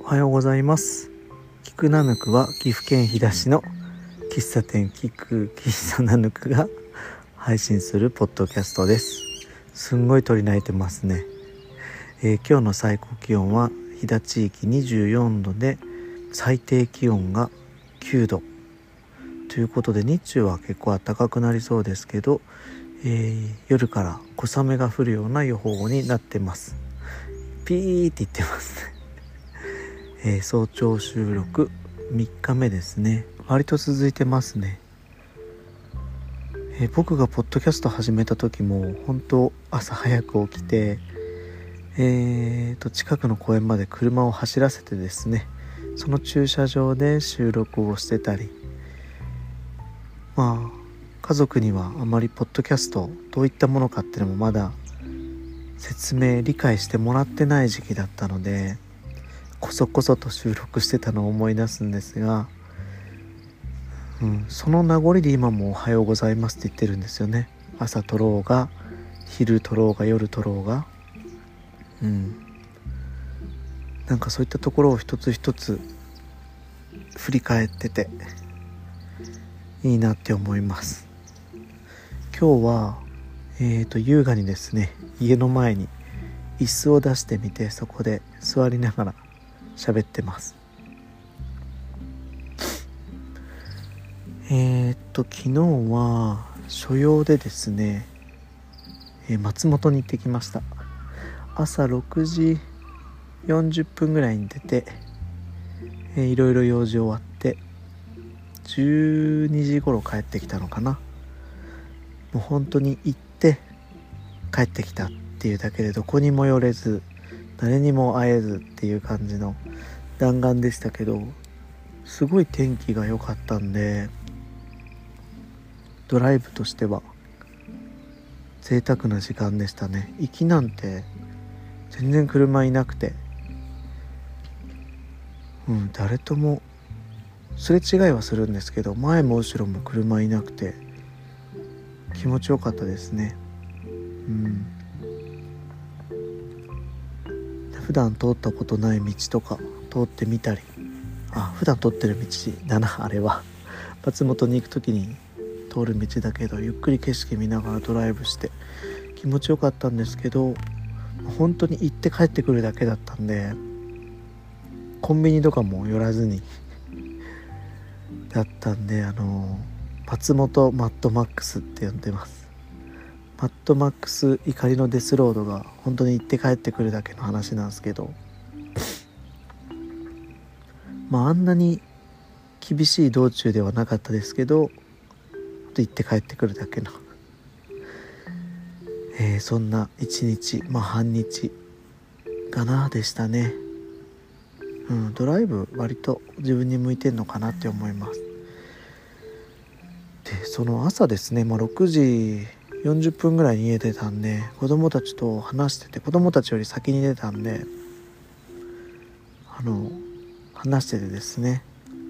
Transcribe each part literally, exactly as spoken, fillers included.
はようございます。キクナヌクは岐阜県飛騨市の喫茶店キク喫茶ナヌクが配信するポッドキャストです。すんごい鳥鳴いてますね。えー、今日の最高気温は飛騨地域にじゅうよんどで最低気温がきゅうどということで、日中は結構暖かくなりそうですけど、えー、夜から小雨が降るような予報になってます。ピーって言ってますね。えー、早朝収録みっかめですね。割と続いてますね。えー、僕がポッドキャスト始めた時も本当朝早く起きて、えー、と近くの公園まで車を走らせてですね、その駐車場で収録をしてたり、まあ家族にはあまりポッドキャストどういったものかっていうのもまだ説明理解してもらってない時期だったので、こそこそと収録してたのを思い出すんですが、うん、その名残で今もおはようございますって言ってるんですよね。朝撮ろうが昼撮ろうが夜撮ろうが、うん、なんかそういったところを一つ一つ振り返ってていいなって思います。今日はえーと優雅にですね、家の前に椅子を出してみて、そこで座りながら喋ってます。えーっと昨日は所用でですね、えー、松本に行ってきました。朝ろくじよんじゅっぷんぐらいに出て、えー、いろいろ用事終わってじゅうにじ頃帰ってきたのかな。もう本当に行って帰ってきたっていうだけで、どこにも寄れず誰にも会えずっていう感じの弾丸でしたけど、すごい天気が良かったんで、ドライブとしては贅沢な時間でしたね。行きなんて全然車いなくて、うん、誰ともすれ違いはするんですけど、前も後ろも車いなくて気持ちよかったですね。うん、普段通ったことない道とか通ってみたり、あ、普段通ってる道だな、あれは松本に行くときに通る道だけど、ゆっくり景色見ながらドライブして気持ちよかったんですけど、本当に行って帰ってくるだけだったんで、コンビニとかも寄らずにだったんで、あの松本マッドマックスって呼んでます。マッドマックス怒りのデスロードが本当に行って帰ってくるだけの話なんですけど、まああんなに厳しい道中ではなかったですけど、行って帰ってくるだけの、えー、そんな一日、まあ半日かなでしたね。うん、ドライブ割と自分に向いてんのかなって思います。で、その朝ですね、まあ、ろくじよんじゅっぷんぐらいに家出たんで、子供たちと話してて、子供たちより先に出たんで、あの話しててですね、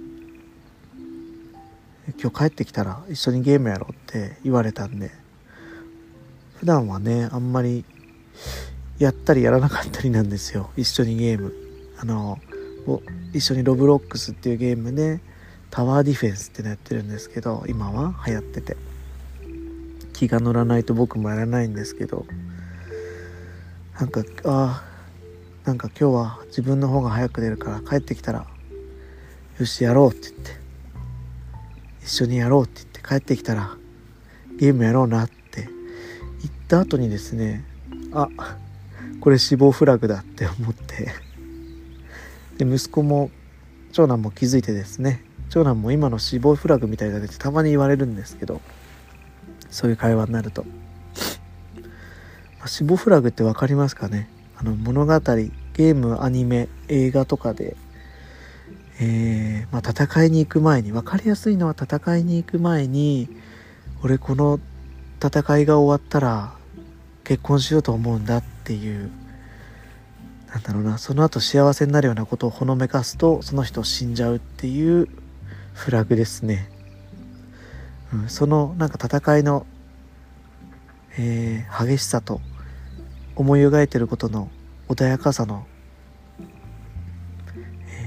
今日帰ってきたら一緒にゲームやろうって言われたんで、普段はねあんまりやったりやらなかったりなんですよ、一緒にゲーム。あの一緒にロブロックスっていうゲームでタワーディフェンスってのやってるんですけど、今は流行ってて気が乗らないと僕もやらないんですけど、なんかあなんか今日は自分の方が早く出るから帰ってきたらよしやろうって言って、一緒にやろうって言って帰ってきたらゲームやろうなって言った後にですね、あ、これ死亡フラグだって思って、で息子も長男も気づいてですね、長男も今の死亡フラグみたいだねってたまに言われるんですけど、そういう会話になると、まあ、死亡フラグって分かりますかね。あの物語、ゲーム、アニメ、映画とかで、えーまあ、戦いに行く前に、分かりやすいのは戦いに行く前に、俺この戦いが終わったら結婚しようと思うんだっていう、なんだろうな、その後幸せになるようなことをほのめかすとその人死んじゃうっていうフラグですね。うん、そのなんか戦いの、えー、激しさと思い描いてることの穏やかさの、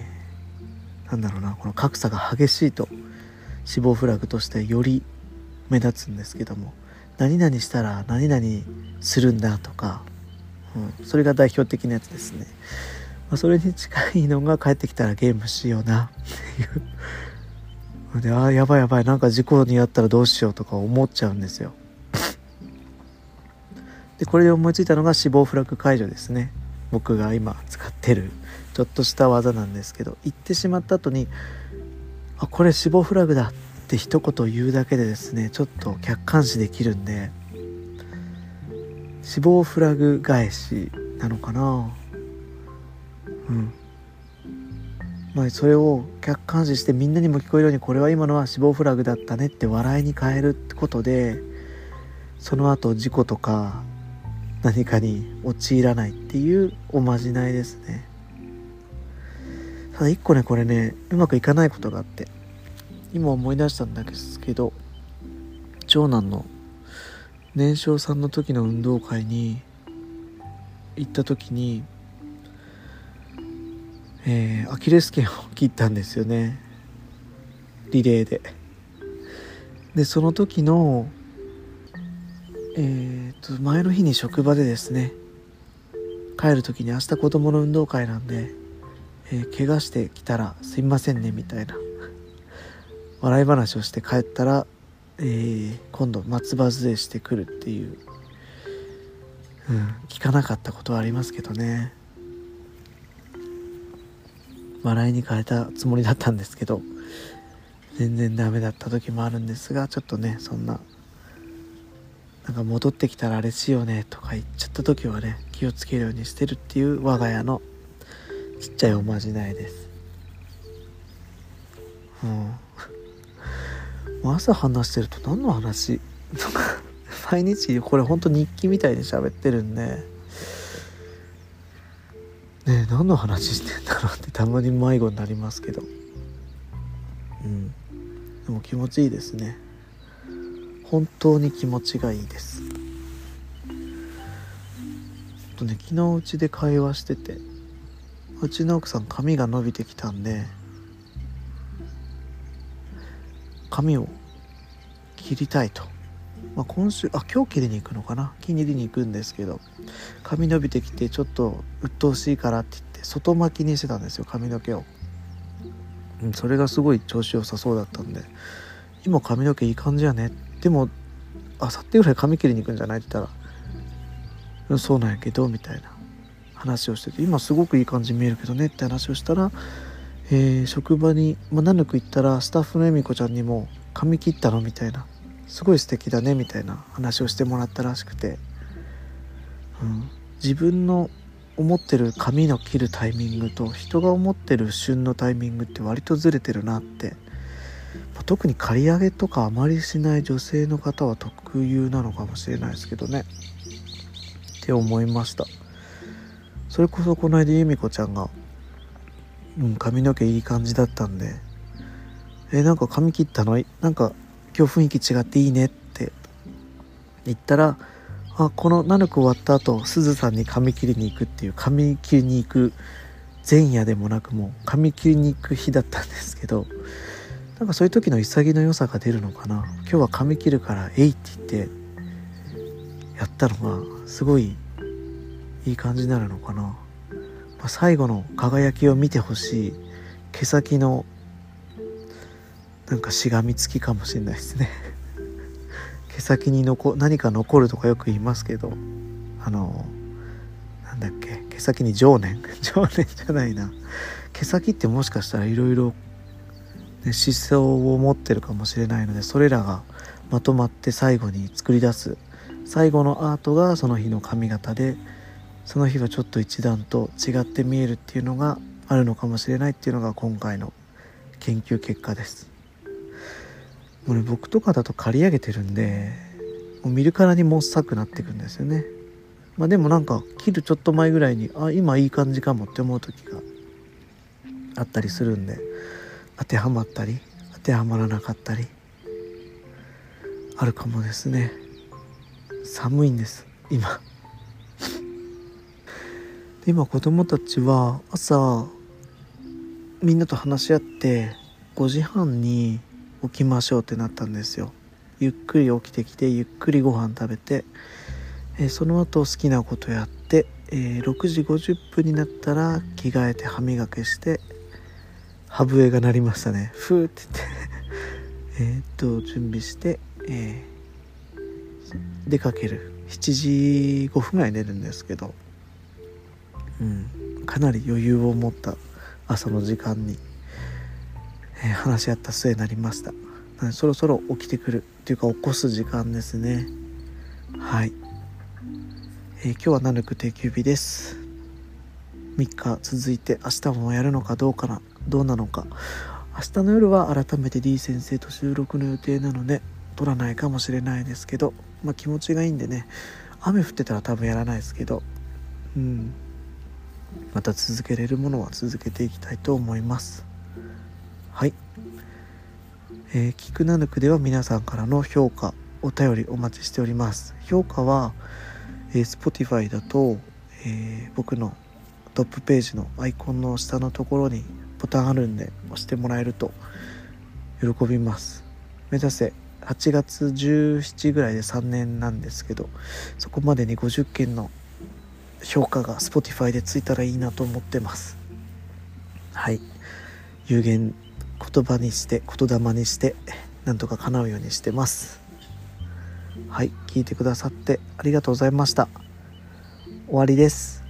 なんだろうな、この格差が激しいと死亡フラグとしてより目立つんですけども、何々したら何々するんだとか、うん、それが代表的なやつですね。まあ、それに近いのが帰ってきたらゲームしようなっていうで、ああやばいやばい、なんか事故に遭ったらどうしようとか思っちゃうんですよ。でこれで思いついたのが死亡フラグ解除ですね。僕が今使ってるちょっとした技なんですけど、言ってしまった後にあこれ死亡フラグだって一言言うだけでですね、ちょっと客観視できるんで、死亡フラグ返しなのかな。うんまあそれを客観視してみんなにも聞こえるように、これは今のは死亡フラグだったねって笑いに変えるってことで、その後事故とか何かに陥らないっていうおまじないですね。ただ一個ね、これねうまくいかないことがあって、今思い出したんですけど、長男の年少さんの時の運動会に行った時に、えー、アキレス腱を切ったんですよね、リレーで。でその時のえー、と前の日に職場でですね、帰る時に明日子供の運動会なんで、えー、怪我してきたらすいませんねみたいな笑い話をして帰ったら、えー、今度松葉杖してくるっていう、うん、聞かなかったことはありますけどね。笑いに変えたつもりだったんですけど全然ダメだった時もあるんですが、ちょっとねそんななんか戻ってきたらあれしようねとか言っちゃった時はね、気をつけるようにしてるっていう我が家のちっちゃいおまじないです。うん、朝話してると何の話とか毎日これほんと日記みたいに喋ってるんでね、何の話してんだろうってたまに迷子になりますけど、うんでも気持ちいいですね。本当に気持ちがいいです。とね、昨日うちで会話してて、うちの奥さん髪が伸びてきたんで髪を切りたいと、まあ、今週あ今日切りに行くのかな、切りに行くんですけど、髪伸びてきてちょっと鬱陶しいからって言って外巻きにしてたんですよ、髪の毛を。うん、それがすごい調子良さそうだったんで、今髪の毛いい感じやね、でもあさってぐらい髪切りに行くんじゃないって言ったら、そうなんやけどみたいな話をしてて、今すごくいい感じに見えるけどねって話をしたら、えー、職場に、まあ、ナヌク行ったらスタッフのエミコちゃんにも髪切ったのみたいな、すごい素敵だねみたいな話をしてもらったらしくて、うん、自分の思ってる髪の切るタイミングと人が思ってる旬のタイミングって割とずれてるなって、まあ、特に刈り上げとかあまりしない女性の方は特有なのかもしれないですけどねって思いました。それこそこの間由美子ちゃんが、うん、髪の毛いい感じだったんで、えなんか髪切ったのなんか今日雰囲気違っていいねって言ったら、あこのナヌク終わった後すずさんに髪切りに行くっていう、髪切りに行く前夜でもなくもう髪切りに行く日だったんですけど、なんかそういう時の潔の良さが出るのかな。今日は髪切るからえいって言ってやったのがすごいいい感じになるのかな、まあ、最後の輝きを見てほしい毛先のなんかしがみつきかもしれないですね毛先に残何か残るとかよく言いますけど、あのなんだっけ、毛先に情念情念じゃないな、毛先ってもしかしたらいろいろ思想を持ってるかもしれないので、それらがまとまって最後に作り出す最後のアートがその日の髪型で、その日はちょっと一段と違って見えるっていうのがあるのかもしれないっていうのが今回の研究結果です。もうね、僕とかだと刈り上げてるんでもう見るからにもっさくなってくんですよね。まあでもなんか切るちょっと前ぐらいにあ今いい感じかもって思う時があったりするんで、当てはまったり当てはまらなかったりあるかもですね。寒いんです今で今子供たちは朝みんなと話し合ってごじはんに起きましょうってなったんですよ。ゆっくり起きてきて、ゆっくりご飯食べて、えー、その後好きなことやって、えー、ろくじごじゅっぷんになったら着替えて歯磨きして、歯笛が鳴りましたね。ふーって言ってえっと準備して、えー、出かける。しちじごふんぐらい寝るんですけど、うん、かなり余裕を持った朝の時間に、えー、話し合った末になりました。そろそろ起きてくるっていうか起こす時間ですね。はい、えー、今日はナヌク定休日です。みっか続いて明日もやるのかどうかなどうなのか。明日の夜は改めて D 先生と収録の予定なので撮らないかもしれないですけど、まあ気持ちがいいんでね、雨降ってたら多分やらないですけど、うんまた続けれるものは続けていきたいと思います。はい、えー、聞くナヌクでは皆さんからの評価お便りお待ちしております。評価は、えー、Spotify だと、えー、僕のトップページのアイコンの下のところにボタンあるんで押してもらえると喜びます。目指せはちがつじゅうしちぐらいでさんねんなんですけど、そこまでにごじゅっけんの評価が Spotify でついたらいいなと思ってます。はい、有言言葉にして言霊にしてなんとか叶うようにしてます。はい、聞いてくださってありがとうございました。終わりです。